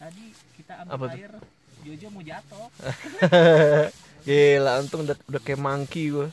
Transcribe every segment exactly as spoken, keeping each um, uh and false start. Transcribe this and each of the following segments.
Tadi kita ambil Apa tuh? air, Jojo mau jatuh. Gila, untung udah, udah kayak monkey gue.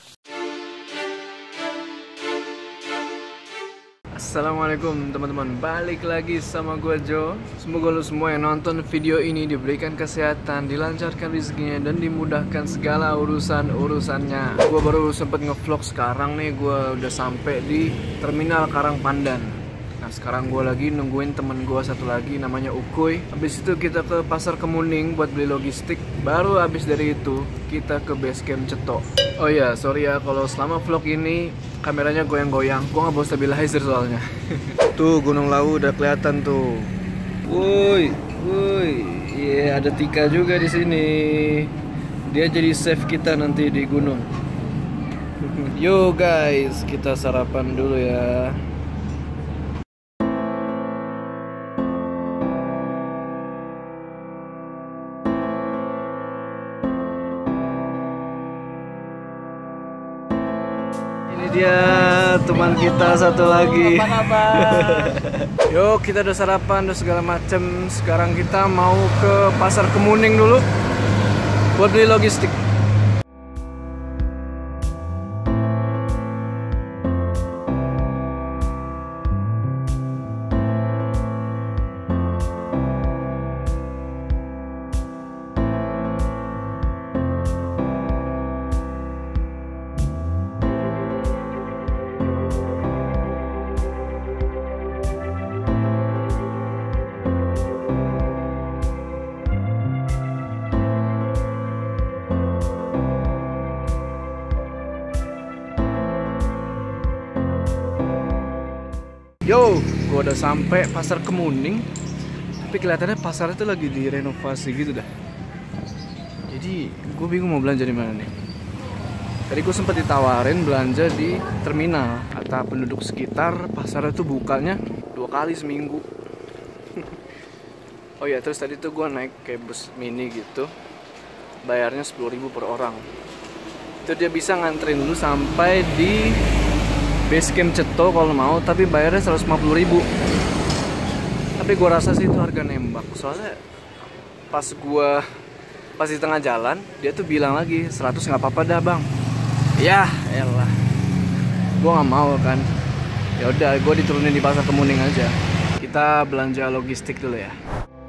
Assalamualaikum teman-teman, balik lagi sama gue Jo. Semoga lu semua yang nonton video ini diberikan kesehatan, dilancarkan rezekinya, dan dimudahkan segala urusan-urusannya. Gue baru sempet ngevlog sekarang nih, gue udah sampai di Terminal Karang Pandan. Nah sekarang gue lagi nungguin temen gue satu lagi namanya Ukuy. Habis itu kita ke Pasar Kemuning buat beli logistik. Baru habis dari itu kita ke base camp Cetok. Oh iya, sorry ya kalau selama vlog ini kameranya goyang-goyang. Gue nggak bawa stabilizer soalnya. Tuh Gunung Lawu udah kelihatan tuh. Woi, woi, iya yeah, ada Tika juga di sini. Dia jadi chef kita nanti di gunung. Yo guys, kita sarapan dulu ya. Dia teman kita satu lagi. Apa kabar? Yuk kita udah sarapan udah segala macem. Sekarang kita mau ke Pasar Kemuning dulu buat beli logistik. Yo, gua udah sampai Pasar Kemuning. Tapi kelihatannya pasar itu lagi direnovasi gitu dah. Jadi gue bingung mau belanja di mana nih. Tadi gue sempat ditawarin belanja di terminal. Kata penduduk sekitar pasar itu bukanya dua kali seminggu. Oh ya, terus tadi tuh gue naik kayak bus mini gitu. Bayarnya sepuluh ribu per orang. Itu dia bisa nganterin lu sampai di base camp Cetok kalau mau, tapi bayarnya seratus lima puluh ribu. Tapi gue rasa sih itu harga nembak. Soalnya pas gue pas di tengah jalan dia tuh bilang lagi seratus nggak apa-apa dah bang. Ya elah, gue nggak mau kan. Ya udah, gue diturunin di Pasar Kemuning aja. Kita belanja logistik dulu ya.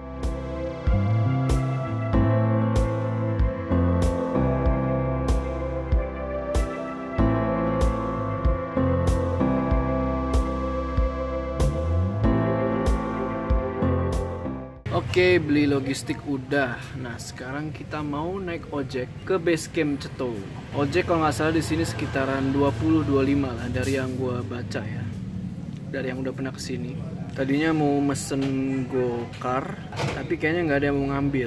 Oke, beli logistik udah. Nah, sekarang kita mau naik ojek ke base camp Cetok. Ojek kalau nggak salah di sini sekitaran dua puluh dua puluh lima lah dari yang gua baca ya. Dari yang udah pernah kesini. Tadinya mau mesen Gokar, tapi kayaknya nggak ada yang mau ngambil.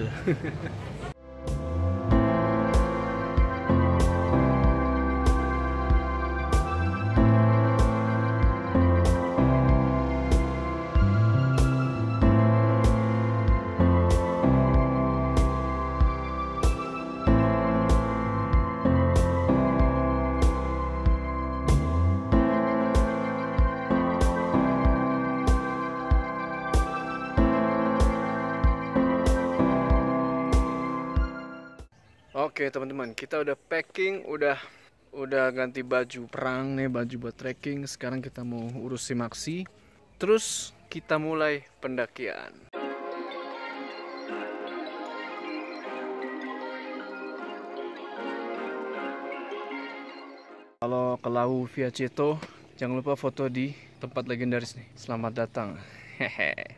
Oke teman-teman, kita udah packing, udah udah ganti baju perang nih, baju buat trekking. Sekarang kita mau urus simaksi, terus kita mulai pendakian. Kalau ke Lawu via Ceto, jangan lupa foto di tempat legendaris nih. Selamat datang. Hehe.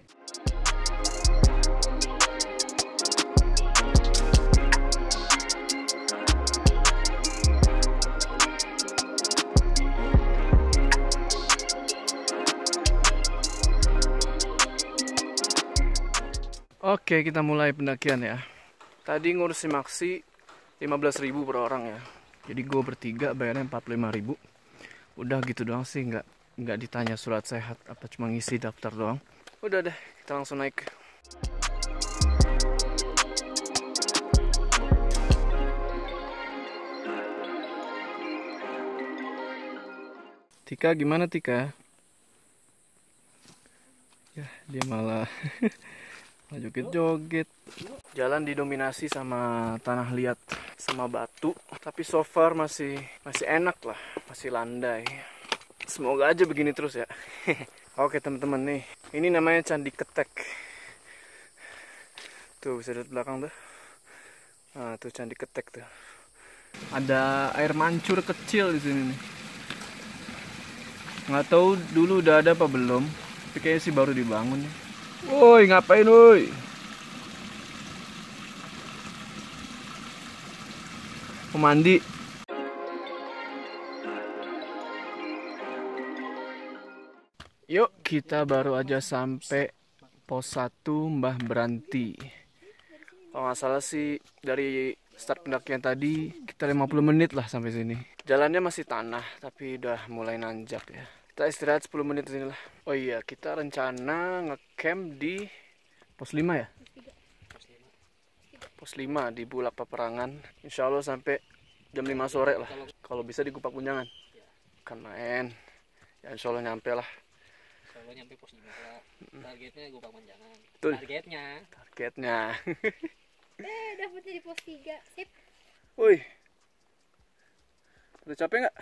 Oke, kita mulai pendakian ya. Tadi ngurus simaksi lima belas ribu per orang ya. Jadi gue bertiga bayarnya empat puluh lima ribu. Udah gitu doang sih, nggak nggak ditanya surat sehat apa cuma ngisi daftar doang. Udah deh, kita langsung naik. Tika gimana Tika? Ya, dia malah joget-joget. Jalan didominasi sama tanah liat sama batu, tapi so far masih masih enak lah, masih landai. Semoga aja begini terus ya. Oke teman-teman nih, ini namanya Candi Ketek. Tuh bisa lihat belakang tuh. Nah, tuh Candi Ketek tuh. Ada air mancur kecil di sini nih. Nggak tahu dulu udah ada apa belum, tapi kayaknya sih baru dibangun nih. Woi, ngapain woi? Mau mandi. Yuk, kita baru aja sampai pos satu Mbah Beranti. Kalau nggak salah sih dari start pendakian tadi kita lima puluh menit lah sampai sini. Jalannya masih tanah tapi udah mulai nanjak ya. Kita istirahat sepuluh menit di sini lah. Oh iya, kita rencana ngecamp di pos lima ya? Pos lima di Bulak Peperangan. Insya Allah sampai jam lima sore lah. Kalau bisa di Gupak Kunjangan. Kan main. Ya insya Allah nyampe lah. Kalau nyampe pos lima lah. Targetnya Gupak Kunjangan. Betul. Targetnya. Targetnya. Eh, dapetnya di pos tiga. Sip. Woi. Udah capek nggak?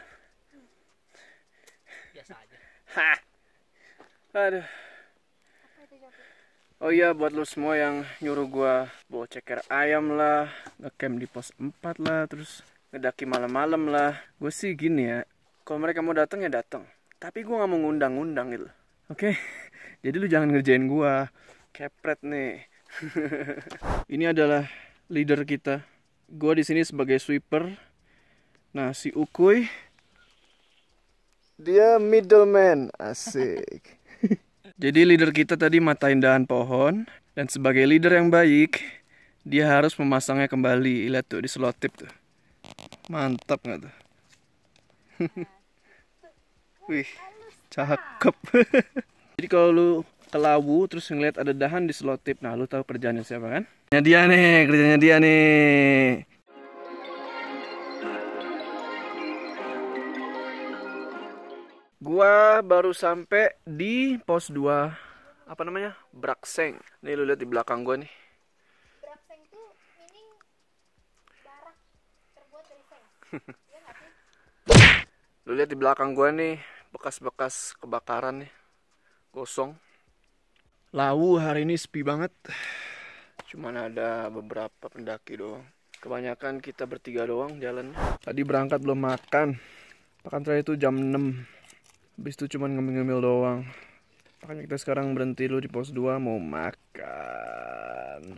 Biasa aja. Hah. Aduh. Apa itu capek? Oh iya, buat lo semua yang nyuruh gua bawa ceker ayam lah, ngecamp di pos empat lah, terus ngedaki malam-malam lah. Gue sih gini ya, kalau mereka mau datang ya datang. Tapi gue nggak mau ngundang-ngundang gitu. Oke, jadi lu jangan ngerjain gua. Kepret nih. Ini adalah leader kita. Gua di sini sebagai sweeper. Nah, si Ukuy dia middleman, asik. Jadi leader kita tadi matain dahan pohon, dan sebagai leader yang baik, dia harus memasangnya kembali. Lihat tuh, diselotip tuh. Mantap nggak tuh? Wih, cakep. Jadi kalau lu ke lawu terus ngeliat ada dahan diselotip, nah lu tahu kerjanya siapa kan? Kerjanya dia nih, kerjanya dia nih. Gua baru sampai di pos dua, apa namanya? Brakseng. Nih lu lihat di belakang gua nih. Brakseng itu meaning barak terbuat dari seng. Iya nggak sih? Lu lihat di belakang gua nih, bekas-bekas kebakaran nih. Gosong. Lawu hari ini sepi banget. Cuman ada beberapa pendaki doang. Kebanyakan kita bertiga doang jalan. Tadi berangkat belum makan. Makan terakhir itu jam enam. Habis itu cuma ngemil-ngemil doang. Makanya kita sekarang berhenti dulu di pos dua mau makan.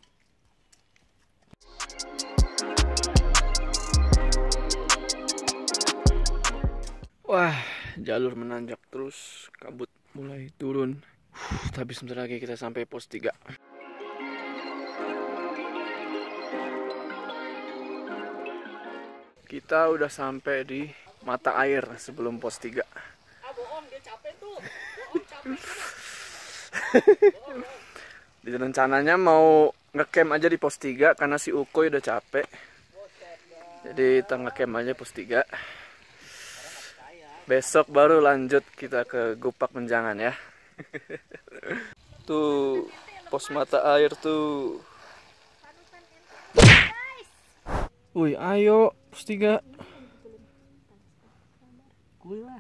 Wah, jalur menanjak terus, kabut mulai turun. Uf, tapi sebentar lagi kita sampai pos tiga. Kita udah sampai di mata air sebelum pos tiga. Ah, bohong, dia capek tuh. Bohong, capek. Di rencananya mau ngecamp aja di pos tiga karena si Ukoy udah capek. Jadi kita ngecamp aja pos tiga. Besok baru lanjut kita ke Gupak Menjangan ya. Tuh pos mata air tuh. Wih, ayo pos tiga. Gue lah.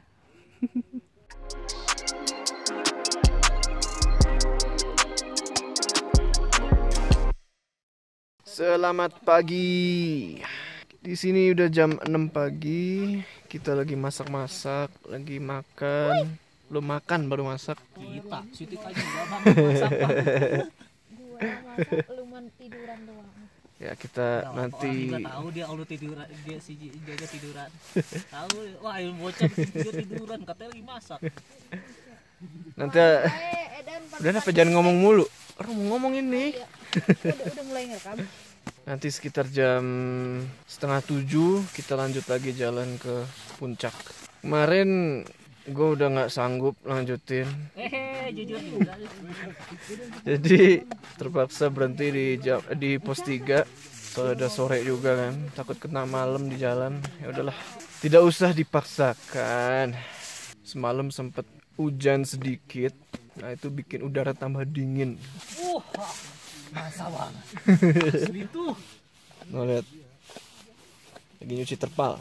Selamat pagi. Di sini udah jam enam pagi. Kita lagi masak-masak, lagi makan. Belum makan, baru masak. Kita, Siti aja enggak masak. Gua masuk lu mau tiduran doang. Ya kita Nah, nanti orang juga tahu dia Allah tiduran, dia si jaga tiduran. Tahu, wah ilmu bocah dia tiduran katanya lagi masak. nanti Eh, Edan udah apa jangan ngomong mulu. Orang mau ngomong ini. udah, udah mulai ngerekam. Nanti sekitar jam setengah tujuh kita lanjut lagi jalan ke puncak. Kemarin gue udah nggak sanggup lanjutin, Eh, jujur juga. jadi terpaksa berhenti di jam, di pos tiga. Soalnya udah sore juga kan, takut kena malam di jalan. Ya udahlah, tidak usah dipaksakan. Semalam sempet hujan sedikit, Nah itu bikin udara tambah dingin. Wah, masa banget. Asli tuh. Nah, lihat. Lagi nyuci terpal.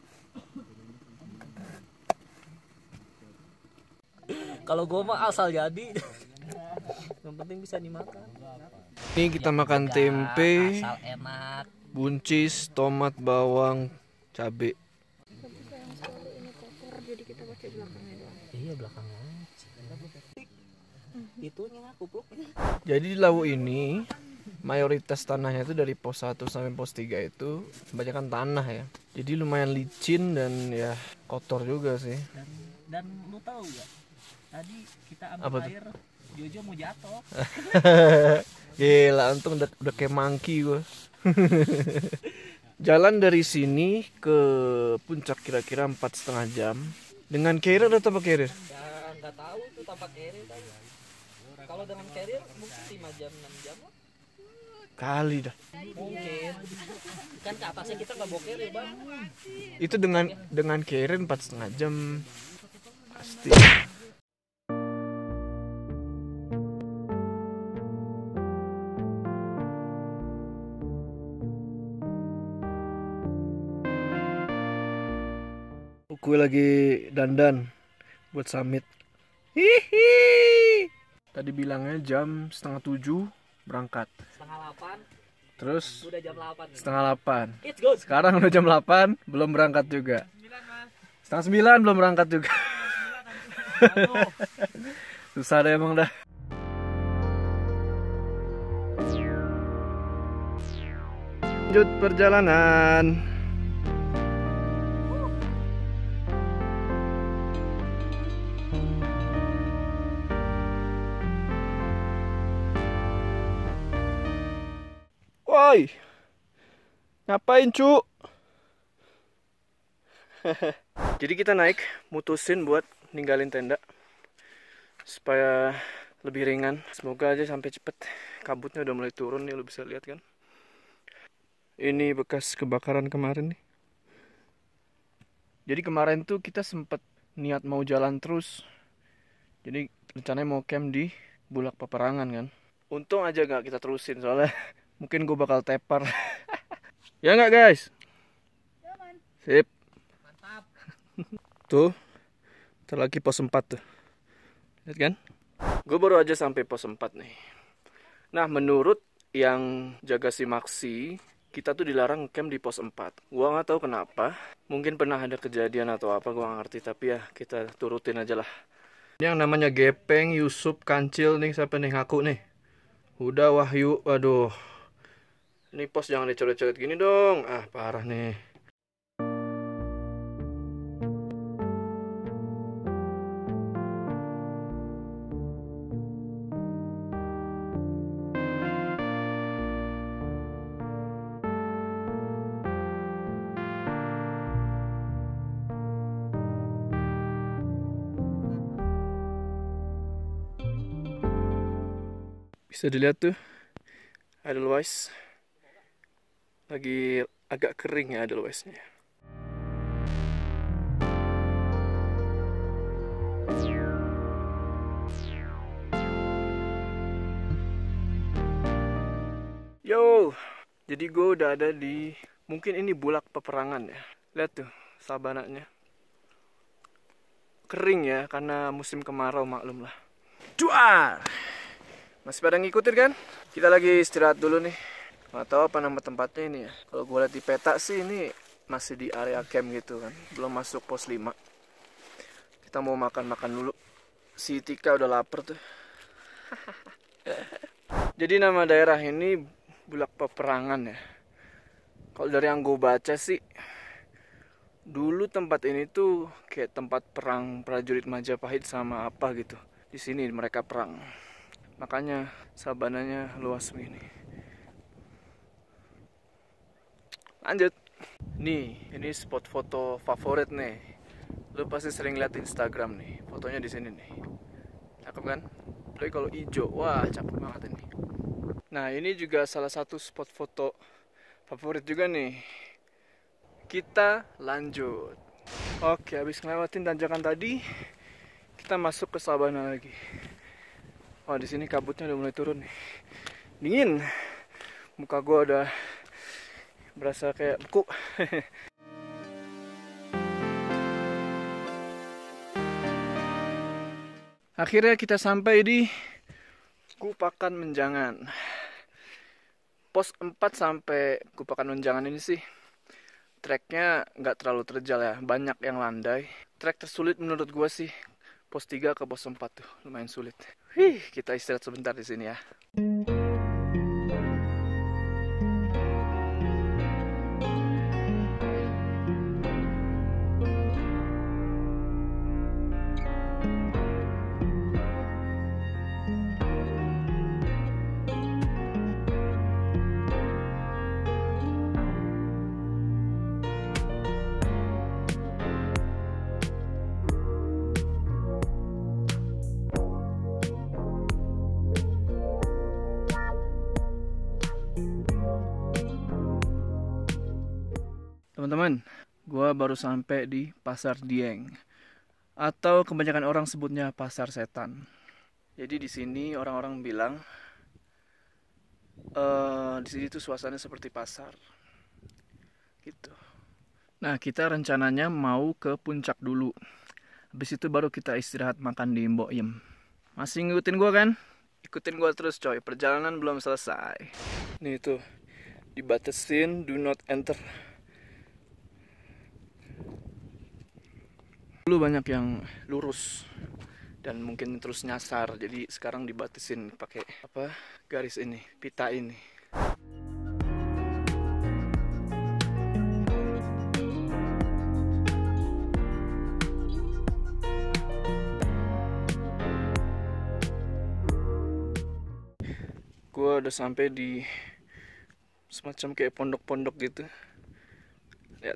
Kalau gue mah asal jadi. Yang penting bisa dimakan. Ini kita makan tempe, Asal enak. buncis, tomat, bawang, cabe. Iya belakangnya. Itunya kupluknya. Jadi di Lawu ini mayoritas tanahnya itu dari pos satu sampai pos tiga itu kebanyakan tanah ya. Jadi lumayan licin dan ya kotor juga sih. Dan dan lu tahu ya? Tadi kita ambil Apa tuh? air, Jojo mau jatuh. Gila, untung udah, udah kayak monkey gue. Jalan dari sini ke puncak kira-kira empat setengah jam. Dengan carrier atau tanpa carrier? Ya nggak tahu itu tanpa carrier tadi. Kalau dengan carrier mungkin lima jam enam jam lah. Kali dah. Mungkin. Kan ke atasnya kita nggak bawa carrier, Bang. Itu dengan dengan carrier empat setengah jam pasti. Gue lagi dandan buat summit. Hihi. Tadi bilangnya jam setengah tujuh berangkat. Setengah delapan. Terus Udah jam delapan. Nih. setengah delapan. It's good. Sekarang udah jam delapan, belum berangkat juga. Setengah sembilan belum berangkat juga. Susah deh emang dah. Lanjut perjalanan. Woi, ngapain cu? Jadi kita naik, mutusin buat ninggalin tenda supaya lebih ringan. Semoga aja sampai cepet. Kabutnya udah mulai turun nih, lo bisa lihat kan. Ini bekas kebakaran kemarin nih. Jadi kemarin tuh kita sempet niat mau jalan terus. Jadi rencananya mau camp di Bulak Peperangan kan. Untung aja gak kita terusin soalnya mungkin gue bakal tepar. Ya nggak guys? Sip. Mantap. Tuh, terlagi pos empat tuh. Lihat kan? Gue baru aja sampai pos empat nih. Nah, menurut yang jaga Simaksi, kita tuh dilarang camp di pos empat. Gue nggak tahu kenapa. Mungkin pernah ada kejadian atau apa, gue nggak ngerti. Tapi ya kita turutin aja lah. Ini yang namanya Gepeng, Yusuf, Kancil nih, siapa nih ngaku nih? Udah Wahyu, aduh. Ini pos jangan dicoret-coret gini dong. Ah, parah nih. Bisa dilihat tuh. Edelweiss lagi agak kering ya Edelweiss-nya. Yo, jadi gue udah ada di, mungkin ini Bulak Peperangan ya. Lihat tuh sabananya. Kering ya karena musim kemarau, maklum lah. Cuar. Masih pada ngikutin kan? Kita lagi istirahat dulu nih. Nggak tahu apa nama tempatnya ini ya. Kalau gue lihat di peta sih ini masih di area camp gitu kan. Belum masuk pos lima. Kita mau makan-makan dulu. Si Tika udah lapar tuh. Jadi nama daerah ini Bulak Peperangan ya. Kalau dari yang gue baca sih, dulu tempat ini tuh kayak tempat perang prajurit Majapahit sama apa gitu. Di sini mereka perang. Makanya sabananya luas begini. Lanjut. Nih, ini spot foto favorit nih. Lu pasti sering lihat Instagram nih. Fotonya di sini nih. Cakep kan? Apalagi kalau hijau. Wah, cakep banget ini. Nah, ini juga salah satu spot foto favorit juga nih. Kita lanjut. Oke, habis ngelewatin tanjakan tadi, kita masuk ke sabana lagi. Oh, di sini kabutnya udah mulai turun nih. Dingin. Muka gua udah berasa kayak beku. Akhirnya kita sampai di Kupakan Menjangan. Pos empat sampai Kupakan Menjangan ini sih treknya nggak terlalu terjal ya, banyak yang landai. Trek tersulit menurut gua sih pos tiga ke pos empat tuh, lumayan sulit. Wih, kita istirahat sebentar di sini ya. Teman-teman, gua baru sampai di Pasar Dieng, atau kebanyakan orang sebutnya Pasar Setan. Jadi di sini orang-orang bilang, uh, di sini tuh suasananya seperti pasar, gitu. Nah, kita rencananya mau ke puncak dulu. Habis itu baru kita istirahat makan di Mbok Yem. Masih ngikutin gua kan? Ikutin gua terus coy, perjalanan belum selesai. Nih tuh, dibatasin do not enter. Dulu banyak yang lurus dan mungkin terus nyasar, jadi sekarang dibatasin pakai apa garis ini, pita ini. Gua udah sampai di semacam kayak pondok-pondok gitu. Lihat.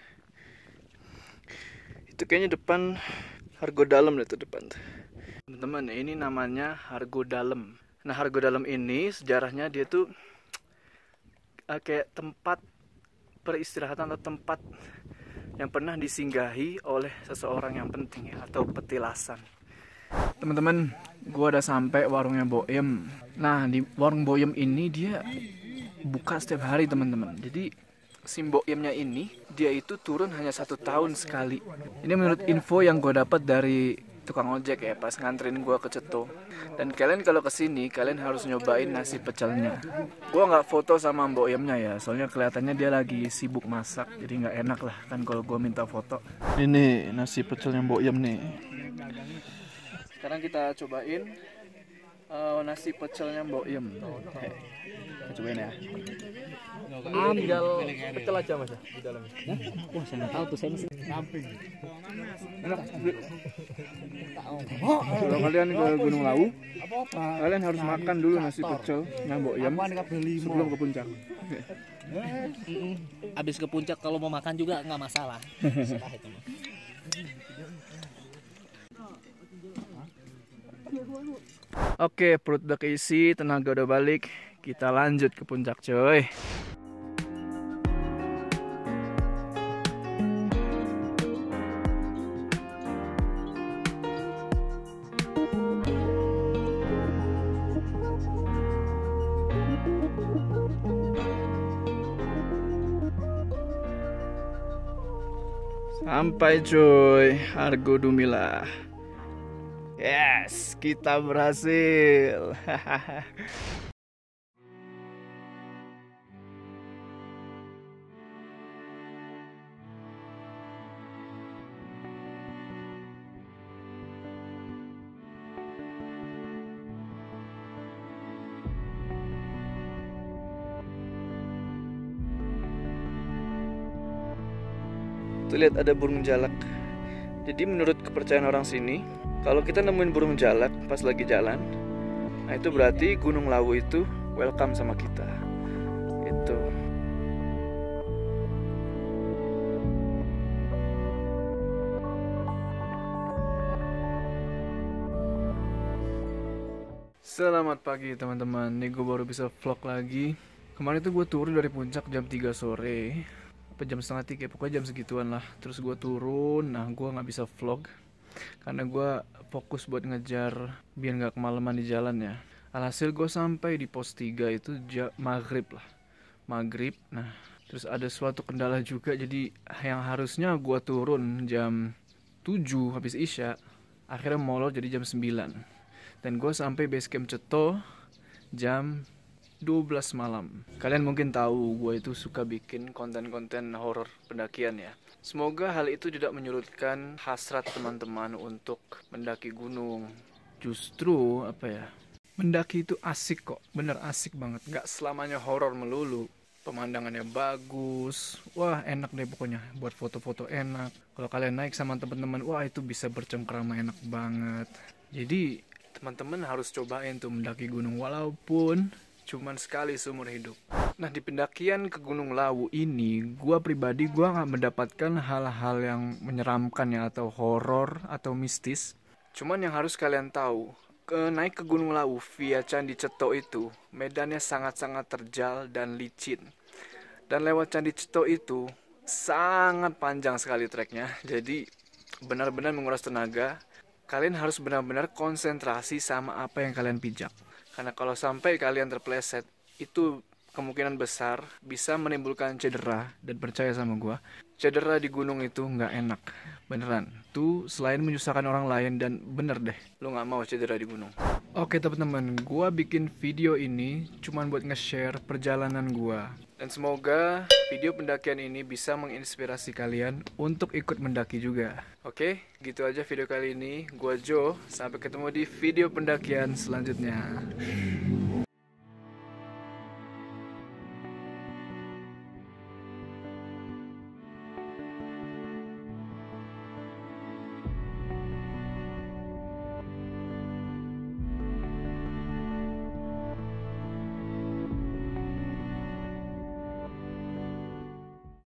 Itu kayaknya depan Hargo Dalem itu depan. Teman-teman, ini namanya Hargo Dalem. Nah, Hargo Dalem ini sejarahnya dia tuh uh, kayak tempat peristirahatan atau tempat yang pernah disinggahi oleh seseorang yang penting ya, atau petilasan. Teman-teman, gua udah sampai warungnya Mbok Yem. Nah, di warung Mbok Yem ini dia buka setiap hari, teman-teman. Jadi si Mbok Yemnya ini dia itu turun hanya satu tahun sekali. Ini menurut info yang gue dapat dari tukang ojek ya pas nganterin gue ke Ceto. Dan kalian kalau kesini kalian harus nyobain nasi pecelnya. Gue nggak foto sama Mbok Yemnya ya, soalnya kelihatannya dia lagi sibuk masak, jadi nggak enak lah kan kalau gue minta foto. Ini nasi pecelnya Mbok Yem nih. Sekarang kita cobain uh, nasi pecelnya Mbok Yem. Hey, kita cobain ya. Tinggal pecel aja mas ya di dalamnya. Wah, saya nggak tahu tuh, saya masih camping. Kalau kalian ke Gunung Lawu, kalian harus makan dulu nasi pecel Mbok Yem sebelum ke puncak. Abis ke puncak kalau mau makan juga nggak masalah. Itu. Oke, perut udah keisi, tenaga udah balik. Kita lanjut ke puncak coy. Sampai cuy, Hargo Dumilah. Yes, kita berhasil. Tuh lihat ada burung jalak. Jadi menurut kepercayaan orang sini, kalau kita nemuin burung jalak pas lagi jalan, nah itu berarti Gunung Lawu itu welcome sama kita. Itu. Selamat pagi teman-teman. Nih gue baru bisa vlog lagi. Kemarin itu gue turun dari puncak jam tiga sore. Apa jam setengah tiga, pokoknya jam segituan lah. Terus gue turun, nah gue nggak bisa vlog karena gue fokus buat ngejar biar nggak kemalaman di jalan ya. Alhasil gue sampai di pos tiga itu ja- maghrib lah, maghrib. Nah terus ada suatu kendala juga, jadi yang harusnya gue turun jam tujuh habis isya, akhirnya molor jadi jam sembilan. Dan gue sampai base camp Ceto jam dua belas malam. Kalian mungkin tahu gue itu suka bikin konten-konten horor pendakian ya. Semoga hal itu tidak menyurutkan hasrat teman-teman untuk mendaki gunung. Justru apa ya, mendaki itu asik kok, bener asik banget. Gak selamanya horor melulu. Pemandangannya bagus, wah enak deh pokoknya. Buat foto-foto enak. Kalau kalian naik sama teman-teman, wah itu bisa bercengkrama enak banget. Jadi teman-teman harus cobain tuh mendaki gunung walaupun cuman sekali seumur hidup. Nah di pendakian ke Gunung Lawu ini, gue pribadi gue nggak mendapatkan hal-hal yang menyeramkan ya atau horor atau mistis. Cuman yang harus kalian tahu, ke naik ke Gunung Lawu via Candi Ceto itu medannya sangat-sangat terjal dan licin. Dan lewat Candi Ceto itu sangat panjang sekali treknya. Jadi benar-benar menguras tenaga. Kalian harus benar-benar konsentrasi sama apa yang kalian pijak. Karena kalau sampai kalian terpleset, itu kemungkinan besar bisa menimbulkan cedera. Dan percaya sama gue, cedera di gunung itu nggak enak, beneran. Tuh selain menyusahkan orang lain, dan bener deh, lo nggak mau cedera di gunung. Oke teman-teman, gue bikin video ini cuman buat nge-share perjalanan gue. Dan semoga video pendakian ini bisa menginspirasi kalian untuk ikut mendaki juga. Oke, gitu aja video kali ini. Gue Jo, sampai ketemu di video pendakian selanjutnya.